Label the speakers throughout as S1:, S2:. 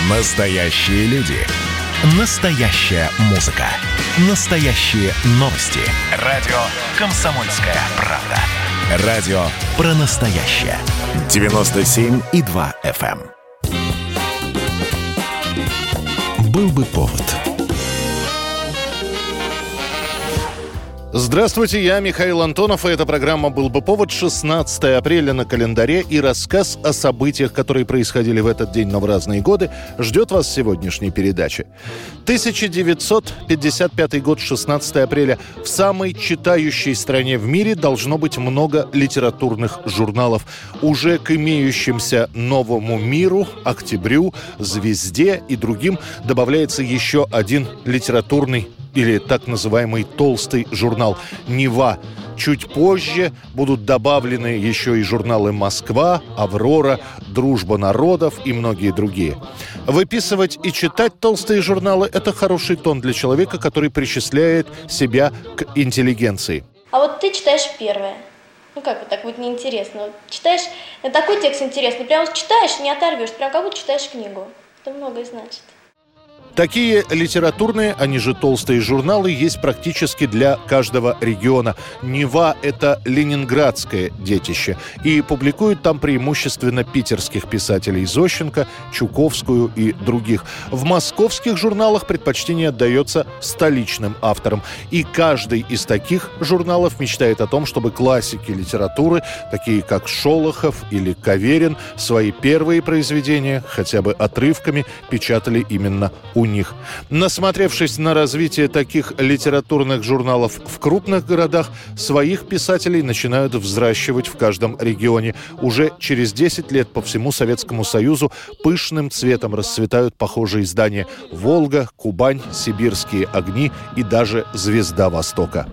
S1: Настоящие люди. Настоящая музыка. Настоящие новости. Радио «Комсомольская правда». Радио про настоящее. 97,2 FM. Был бы повод.
S2: Здравствуйте, я Михаил Антонов, и эта программа «Был бы повод». 16 апреля на календаре, и рассказ о событиях, которые происходили в этот день, но в разные годы, ждет вас в сегодняшней передаче. 1955 год, 16 апреля. В самой читающей стране в мире должно быть много литературных журналов. Уже к имеющимся «Новому миру», «Октябрю», «Звезде» и другим добавляется еще один литературный или так называемый толстый журнал «Нева». Чуть позже будут добавлены еще и журналы «Москва», «Аврора», «Дружба народов» и многие другие. Выписывать и читать толстые журналы – это хороший тон для человека, который причисляет себя к интеллигенции.
S3: А вот ты читаешь первое. Ну как вот так будет неинтересно. Вот читаешь, такой текст интересный, прям читаешь, не оторвешь, прям как будто читаешь книгу. Это многое значит.
S2: Такие литературные, они же толстые журналы, есть практически для каждого региона. «Нева» — это ленинградское детище. И публикуют там преимущественно питерских писателей Зощенко, Чуковскую и других. В московских журналах предпочтение отдается столичным авторам. И каждый из таких журналов мечтает о том, чтобы классики литературы, такие как Шолохов или Каверин, свои первые произведения, хотя бы отрывками, печатали именно у них. Насмотревшись на развитие таких литературных журналов в крупных городах, своих писателей начинают взращивать в каждом регионе. Уже через 10 лет по всему Советскому Союзу пышным цветом расцветают похожие издания «Волга», «Кубань», «Сибирские огни» и даже «Звезда Востока».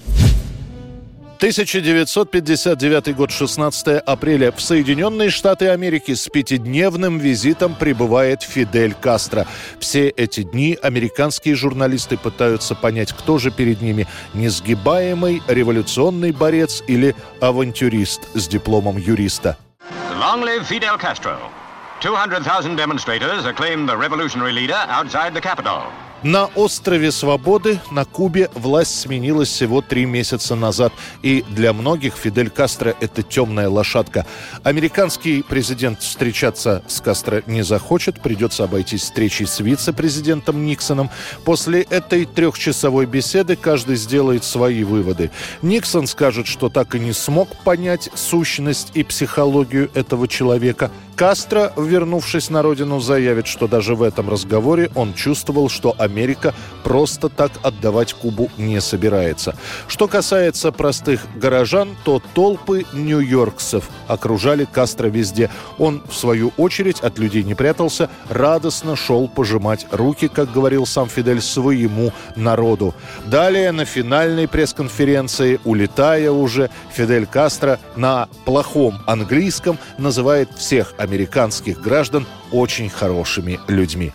S2: 1959 год, 16 апреля. В Соединенные Штаты Америки с 5-дневным визитом прибывает Фидель Кастро. Все эти дни американские журналисты пытаются понять, кто же перед ними – несгибаемый революционный борец или авантюрист с дипломом юриста.
S4: Long live Fidel Castro. 200,000 demonstrators acclaim the revolutionary leader outside the Capitol.
S2: На острове Свободы, на Кубе, власть сменилась всего 3 месяца назад. И для многих Фидель Кастро – это темная лошадка. Американский президент встречаться с Кастро не захочет. Придется обойтись встречей с вице-президентом Никсоном. После этой 3-часовой беседы каждый сделает свои выводы. Никсон скажет, что так и не смог понять сущность и психологию этого человека. Кастро, вернувшись на родину, заявит, что даже в этом разговоре он чувствовал, что Америка просто так отдавать Кубу не собирается. Что касается простых горожан, то толпы нью-йоркцев окружали Кастро везде. Он, в свою очередь, от людей не прятался, радостно шел пожимать руки, как говорил сам Фидель, своему народу. Далее, на финальной пресс-конференции, улетая уже, Фидель Кастро на плохом английском называет всех американских граждан очень хорошими людьми.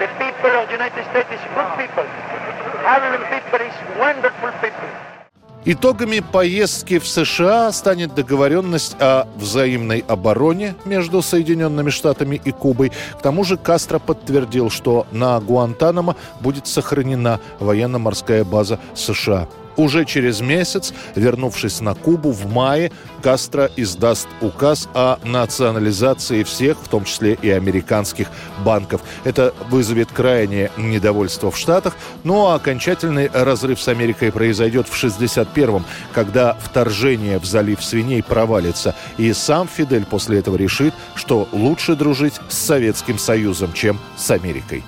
S2: Итогами поездки в США станет договоренность о взаимной обороне между Соединенными Штатами и Кубой. К тому же Кастро подтвердил, что на Гуантанамо будет сохранена военно-морская база США. Уже через месяц, вернувшись на Кубу в мае, Кастро издаст указ о национализации всех, в том числе и американских банков. Это вызовет крайнее недовольство в Штатах, ну а окончательный разрыв с Америкой произойдет в 1961-м, когда вторжение в залив Свиней провалится. И сам Фидель после этого решит, что лучше дружить с Советским Союзом, чем с Америкой.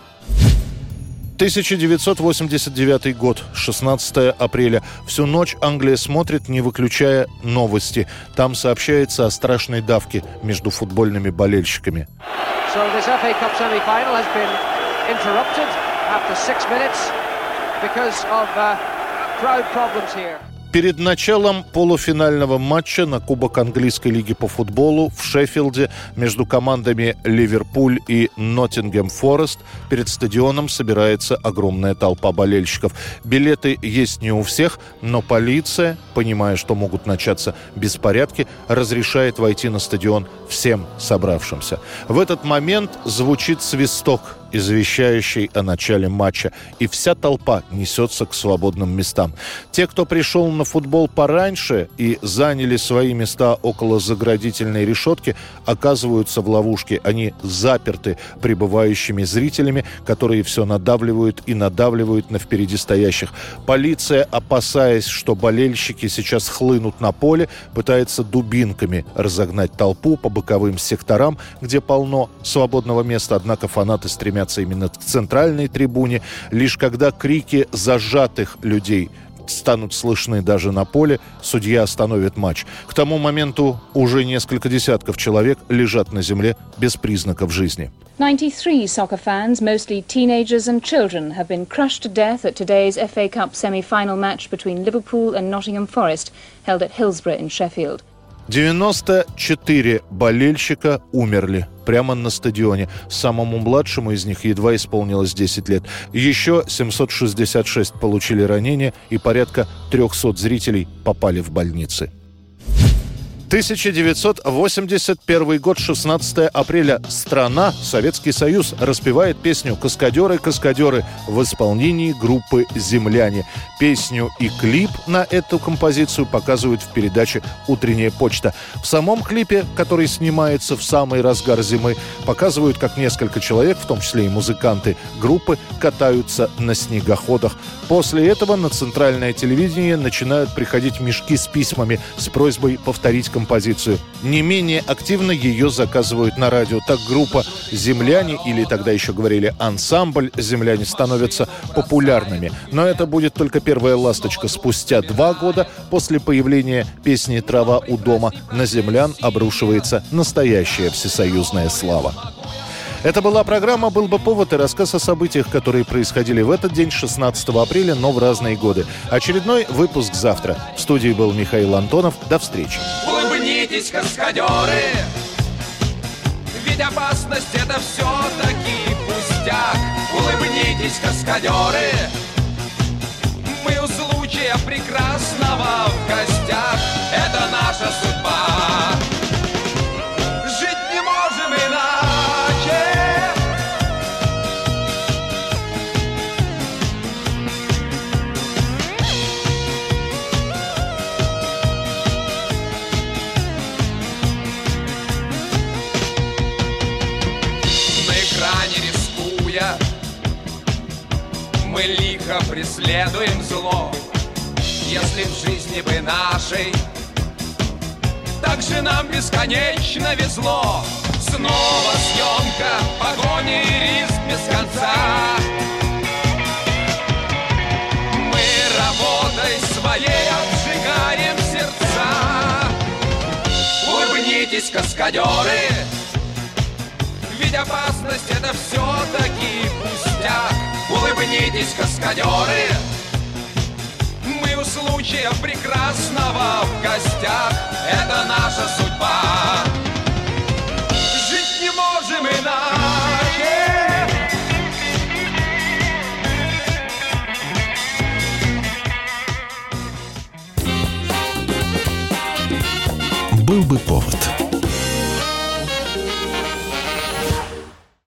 S2: 1989 год, 16 апреля. Всю ночь Англия смотрит, не выключая новости. Там сообщается о страшной давке между футбольными болельщиками.
S5: So this FA Cup semi-final has been interrupted after 6 minutes because of crowd problems here.
S2: Перед началом полуфинального матча на Кубок английской лиги по футболу в Шеффилде между командами Ливерпуль и Ноттингем Форест перед стадионом собирается огромная толпа болельщиков. Билеты есть не у всех, но полиция, понимая, что могут начаться беспорядки, разрешает войти на стадион всем собравшимся. В этот момент звучит свисток, извещающий о начале матча, и вся толпа несется к свободным местам. Те, кто пришел на футбол пораньше и заняли свои места около заградительной решетки, оказываются в ловушке. Они заперты прибывающими зрителями, которые все надавливают и надавливают на впереди стоящих. Полиция, опасаясь, что болельщики сейчас хлынут на поле, пытается дубинками разогнать толпу по боковым секторам, где полно свободного места, однако фанаты стремятся именно к центральной трибуне. Лишь когда крики зажатых людей станут слышны даже на поле, судья остановит матч. К тому моменту уже несколько десятков человек лежат на земле без признаков жизни.
S6: 93 soccer fans, mostly teenagers and children, have been crushed to death at today's FA Cup semi-final match between Liverpool and Nottingham Forest, held at Hillsborough in Sheffield.
S2: 94 болельщика умерли прямо на стадионе. Самому младшему из них едва исполнилось 10 лет. Еще 766 получили ранения, и порядка 300 зрителей попали в больницы. 1981 год, 16 апреля. Страна, Советский Союз, распевает песню «Каскадеры, каскадеры» в исполнении группы «Земляне». Песню и клип на эту композицию показывают в передаче «Утренняя почта». В самом клипе, который снимается в самый разгар зимы, показывают, как несколько человек, в том числе и музыканты группы, катаются на снегоходах. После этого на центральное телевидение начинают приходить мешки с письмами с просьбой повторить композицию. Не менее активно ее заказывают на радио. Так группа «Земляне», или тогда еще говорили ансамбль «Земляне», становятся популярными. Но это будет только первая ласточка. Спустя 2 года после появления песни «Трава у дома» на землян обрушивается настоящая всесоюзная слава. Это была программа «Был бы повод» и рассказ о событиях, которые происходили в этот день, 16 апреля, но в разные годы. Очередной выпуск завтра. В студии был Михаил Антонов. До встречи.
S7: Улыбнитесь, каскадеры, ведь опасность — это все-таки пустяк. Улыбнитесь, каскадеры, мы у случая прекрасного в гостях. Это наша судьба. Жить не можем иначе. На экране рискуя, мы лихо преследуем зло. Если в жизни бы нашей так же нам бесконечно везло. Снова съемка, погоня и риск без конца. Мы работой своей обжигаем сердца. Улыбнитесь, каскадеры, ведь опасность — это все-таки пустяк. Улыбнитесь, каскадеры, мы у случая прекрасного в гостях. Это наша судьба. Жить не можем иначе.
S1: «Был бы повод»